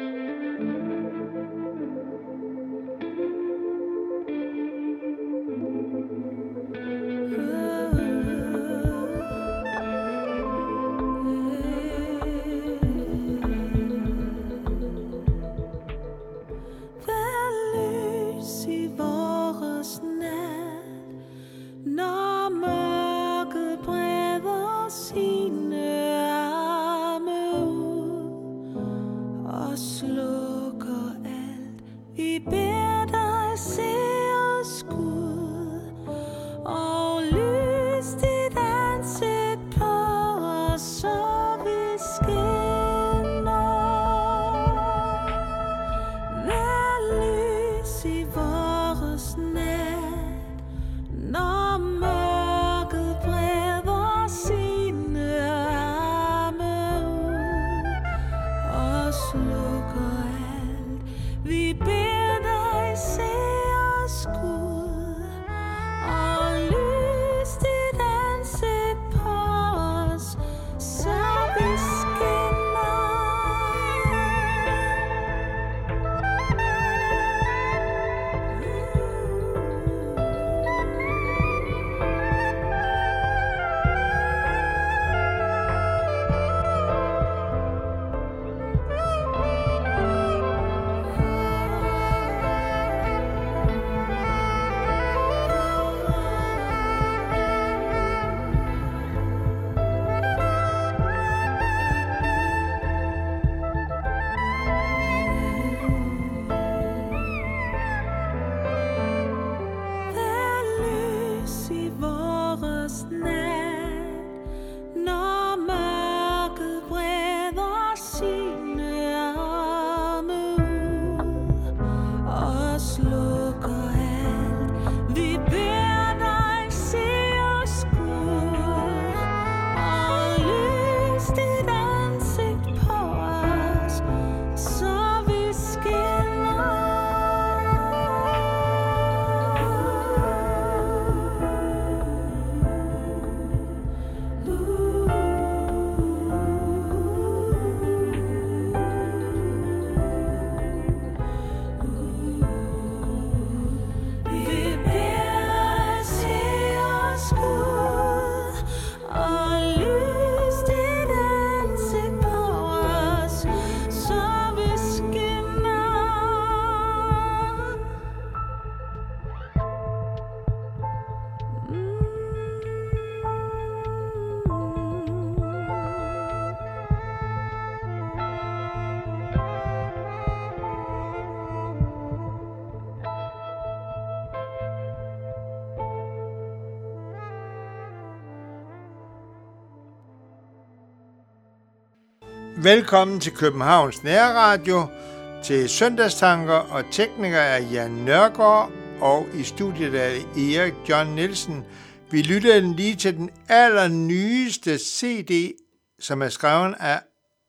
Velkommen til Københavns Nærradio, til Søndagstanker, og tekniker er Jan Nørgaard, og i studiet er Erik John Nielsen. Vi lytter lige til den allernyeste CD, som er skrevet af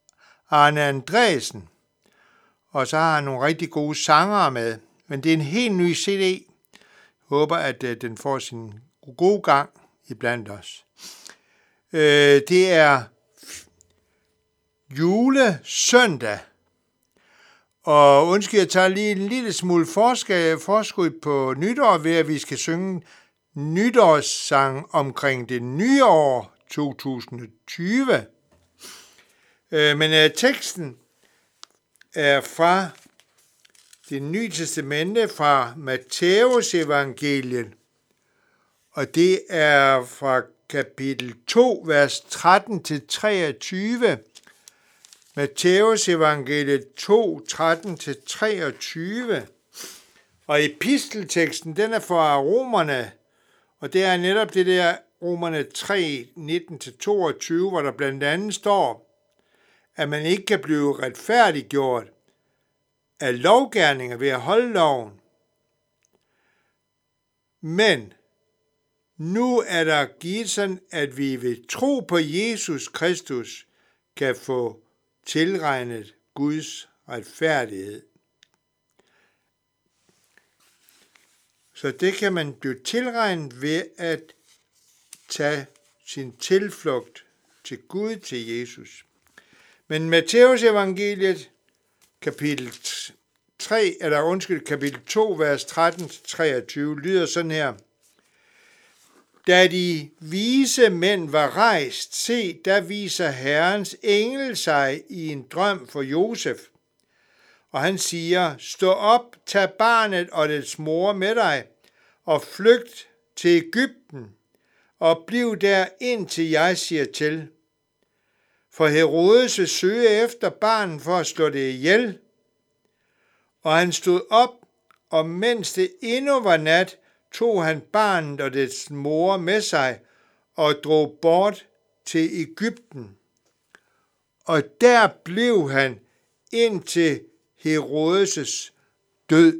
Arne Andresen. Og så har han nogle rigtig gode sangere med. Men det er en helt ny CD. Jeg håber, at den får sin gode gang iblandt os. Det er julesøndag. Og undskyld, jeg tager lige en lille smule forskud på nytår, ved at vi skal synge nytårssang omkring det nye år 2020. Men teksten er fra det nye testamente, fra Matthæus evangeliet, og det er fra kapitel 2, vers 13-23. Matthæus evangeliet 2, 13-23. Og epistelteksten, den er fra Romerne, og det er netop det der Romerne 3, 19-22, hvor der blandt andet står, at man ikke kan blive retfærdiggjort af lovgerninger ved at holde loven. Men nu er der givet sådan, at vi ved tro på Jesus Kristus kan få tilregnet Guds retfærdighed. Så det kan man blive tilregnet ved at tage sin tilflugt til Gud, til Jesus. Men Matthæus evangeliet kapitel 2, vers 13-23, lyder sådan her. Da de vise mænd var rejst, se, der viser Herrens engel sig i en drøm for Josef. Og han siger, stå op, tag barnet og dets mor med dig, og flygt til Egypten, og bliv der indtil jeg siger til. For Herodes vil søge efter barnet for at slå det ihjel. Og han stod op, og mens det endnu var nat, tog han barnet og dets mor med sig og drog bort til Egypten. Og der blev han indtil Herodes' død.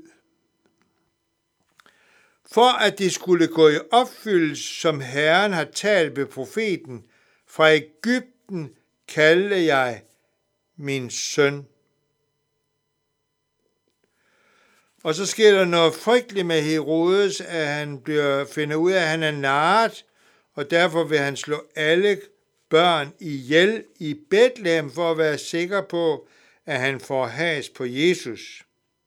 For at det skulle gå i opfyldelse, som Herren har talt ved profeten, fra Egypten kaldte jeg min søn. Og så sker der noget frygteligt med Herodes, at han finder ud af, at han er narret, og derfor vil han slå alle børn ihjel i Betlehem for at være sikker på, at han får has på Jesus.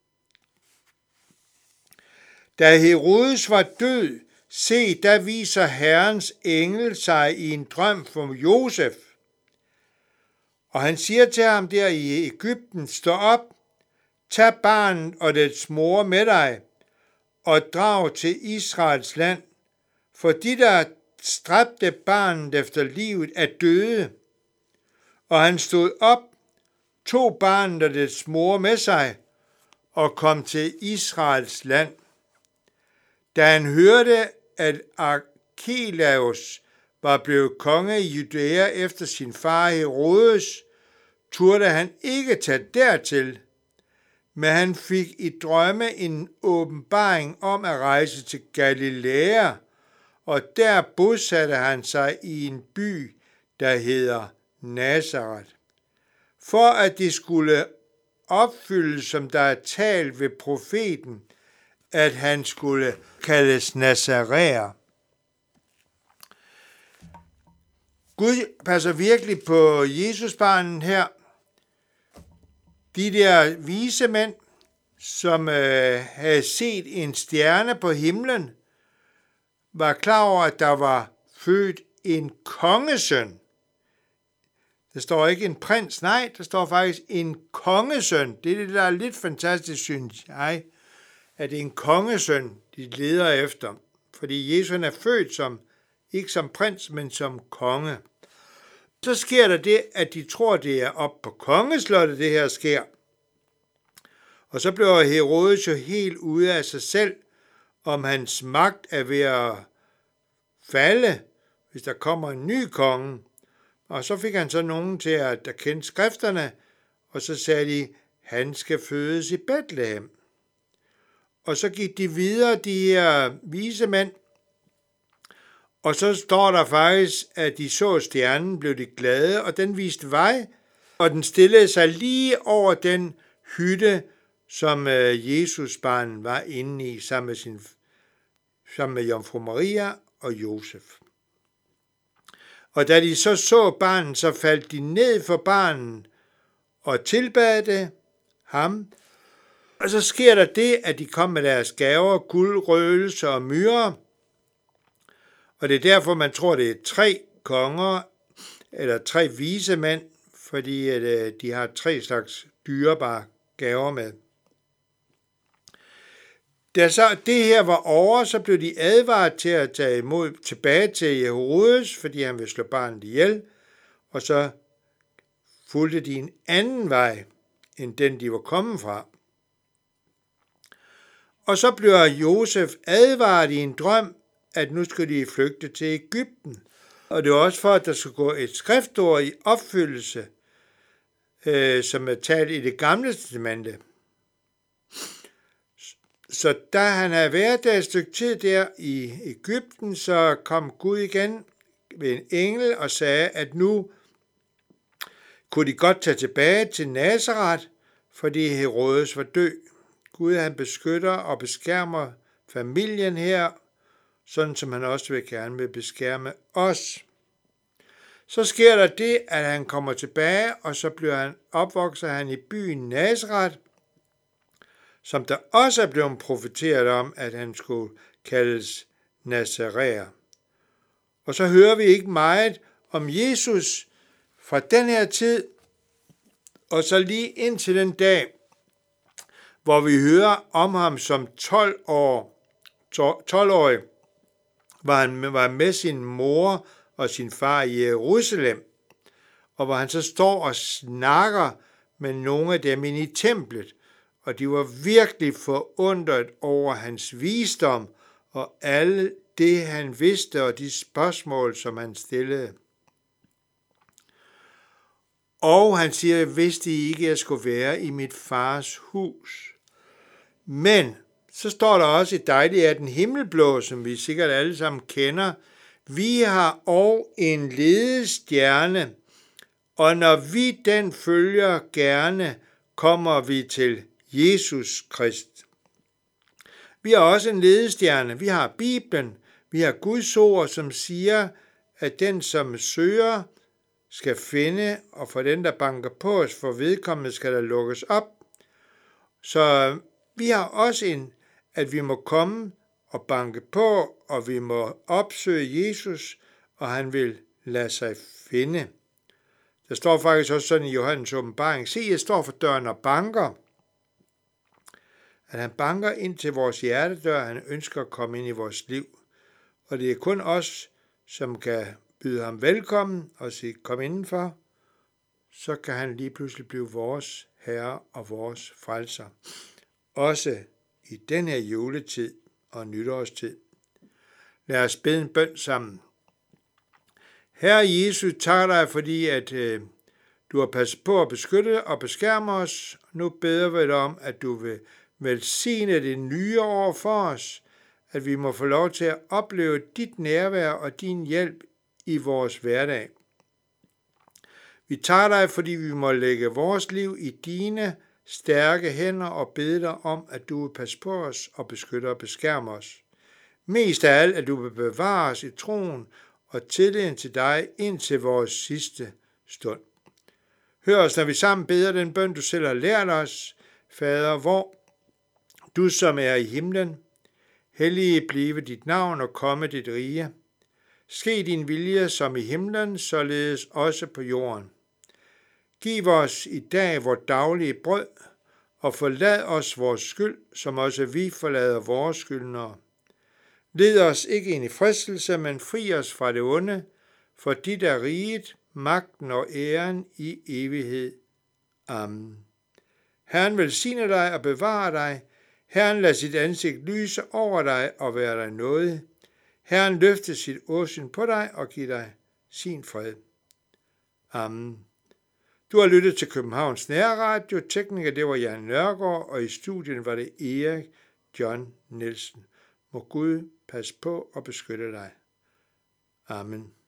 Da Herodes var død, se, der viser Herrens engel sig i en drøm for Josef. Og han siger til ham der i Egypten, stå op, tag barnet og dets mor med dig, og drag til Israels land, for de, der stræbte barnet efter livet, er døde. Og han stod op, tog barnet og dets mor med sig, og kom til Israels land. Da han hørte, at Arkelaus var blevet konge i Judæa efter sin far Herodes, turde han ikke tage dertil, men han fik i drømme en åbenbaring om at rejse til Galilea, og der bosatte han sig i en by, der hedder Nazaret. For at det skulle opfyldes, som der er talt ved profeten, at han skulle kaldes Nazaræer. Gud passer virkelig på Jesusbarnet her. De der vise mænd, som havde set en stjerne på himlen, var klar over, at der var født en kongesøn. Der står ikke en prins, nej, der står faktisk en kongesøn. Det er det, der er lidt fantastisk, synes jeg, at det er en kongesøn, de leder efter. Fordi Jesus er født som, ikke som prins, men som konge. Så sker der det, at de tror, det er op på kongeslottet, det her sker. Og så bliver Herodes jo helt ude af sig selv, om hans magt er ved at falde, hvis der kommer en ny konge. Og så fik han så nogen til at kende skrifterne, og så sagde de, han skal fødes i Betlehem. Og så gik de videre, de her vise mænd, og så står der faktisk, at de så stjernen, blev de glade, og den viste vej, og den stillede sig lige over den hytte, som Jesusbarnet var inde i, sammen med Jomfru Maria og Josef. Og da de så barnet, så faldt de ned for barnet og tilbad ham. Og så sker der det, at de kom med deres gaver, guld, røgelse og myrer. Og det er derfor, man tror, det er 3 konger, eller 3 vise mænd, fordi de har 3 slags dyrebare gaver med. Da så det her var over, så blev de advaret til at tage imod tilbage til Herodes, fordi han ville slå barnet ihjel, og så fulgte de en anden vej, end den de var kommet fra. Og så bliver Josef advaret i en drøm, at nu skulle de flygte til Egypten. Og det var også for, at der skulle gå et skriftord i opfyldelse, som er talt i det gamle testamente. Så da han havde været der et stykke tid der i Egypten, så kom Gud igen ved en engel og sagde, at nu kunne de godt tage tilbage til Nazaret, fordi Herodes var død. Gud han beskytter og beskærmer familien her, sådan som han også gerne vil beskærme os. Så sker der det, at han kommer tilbage, og så opvokser han i byen Nazaret, som der også er blevet profeteret om, at han skulle kaldes Nazaræer. Og så hører vi ikke meget om Jesus fra den her tid, og så lige indtil den dag, hvor vi hører om ham som 12-årig, hvor han var med sin mor og sin far i Jerusalem, og hvor han så står og snakker med nogle af dem inde i templet, og de var virkelig forundret over hans visdom og alle det, han vidste, og de spørgsmål, som han stillede. Og han siger, jeg vidste ikke, at jeg skulle være i mit fars hus. Men så står der også et dejligt af den himmelblå, som vi sikkert alle sammen kender. Vi har og en ledestjerne, og når vi den følger gerne, kommer vi til Jesus Krist. Vi har også en ledestjerne. Vi har Bibelen. Vi har Guds ord, som siger, at den, som søger, skal finde, og for den, der banker på os, for vedkommende skal der lukkes op. Så vi har også at vi må komme og banke på, og vi må opsøge Jesus, og han vil lade sig finde. Der står faktisk også sådan i Johannes åbenbaring, se, jeg står for døren og banker. At han banker ind til vores hjertedør, han ønsker at komme ind i vores liv. Og det er kun os, som kan byde ham velkommen og sige, kom indenfor, så kan han lige pludselig blive vores herre og vores frelser. Også i den her juletid og nytårstid. Lad os bede en bøn sammen. Herre Jesus, tak dig, fordi at du har passet på at beskytte og beskærme os. Nu beder vi dig om, at du vil velsigne det nye år for os, at vi må få lov til at opleve dit nærvær og din hjælp i vores hverdag. Vi tager dig, fordi vi må lægge vores liv i dine stærke hænder og bede dig om, at du vil passe på os og beskytte og beskærme os. Mest af alt, at du vil bevare os i troen og tilliden til dig indtil vores sidste stund. Hør os, når vi sammen beder den bøn, du selv har lært os. Fader, hvor du som er i himlen, hellige blive dit navn og komme dit rige. Ske din vilje som i himlen, således også på jorden. Giv os i dag vores daglige brød, og forlad os vores skyld, som også vi forlader vores skyldnere. Led os ikke ind i fristelse, men fri os fra det onde, for dit er riget, magten og æren i evighed. Amen. Herren velsigne dig og bevare dig. Herren lad sit ansigt lyse over dig og være dig nådig. Herren løfte sit åsyn på dig og give dig sin fred. Amen. Du har lyttet til Københavns Nærradio. Tekniker, det var Jan Nørgaard, og i studien var det Erik John Nielsen. Må Gud passe på og beskytte dig. Amen.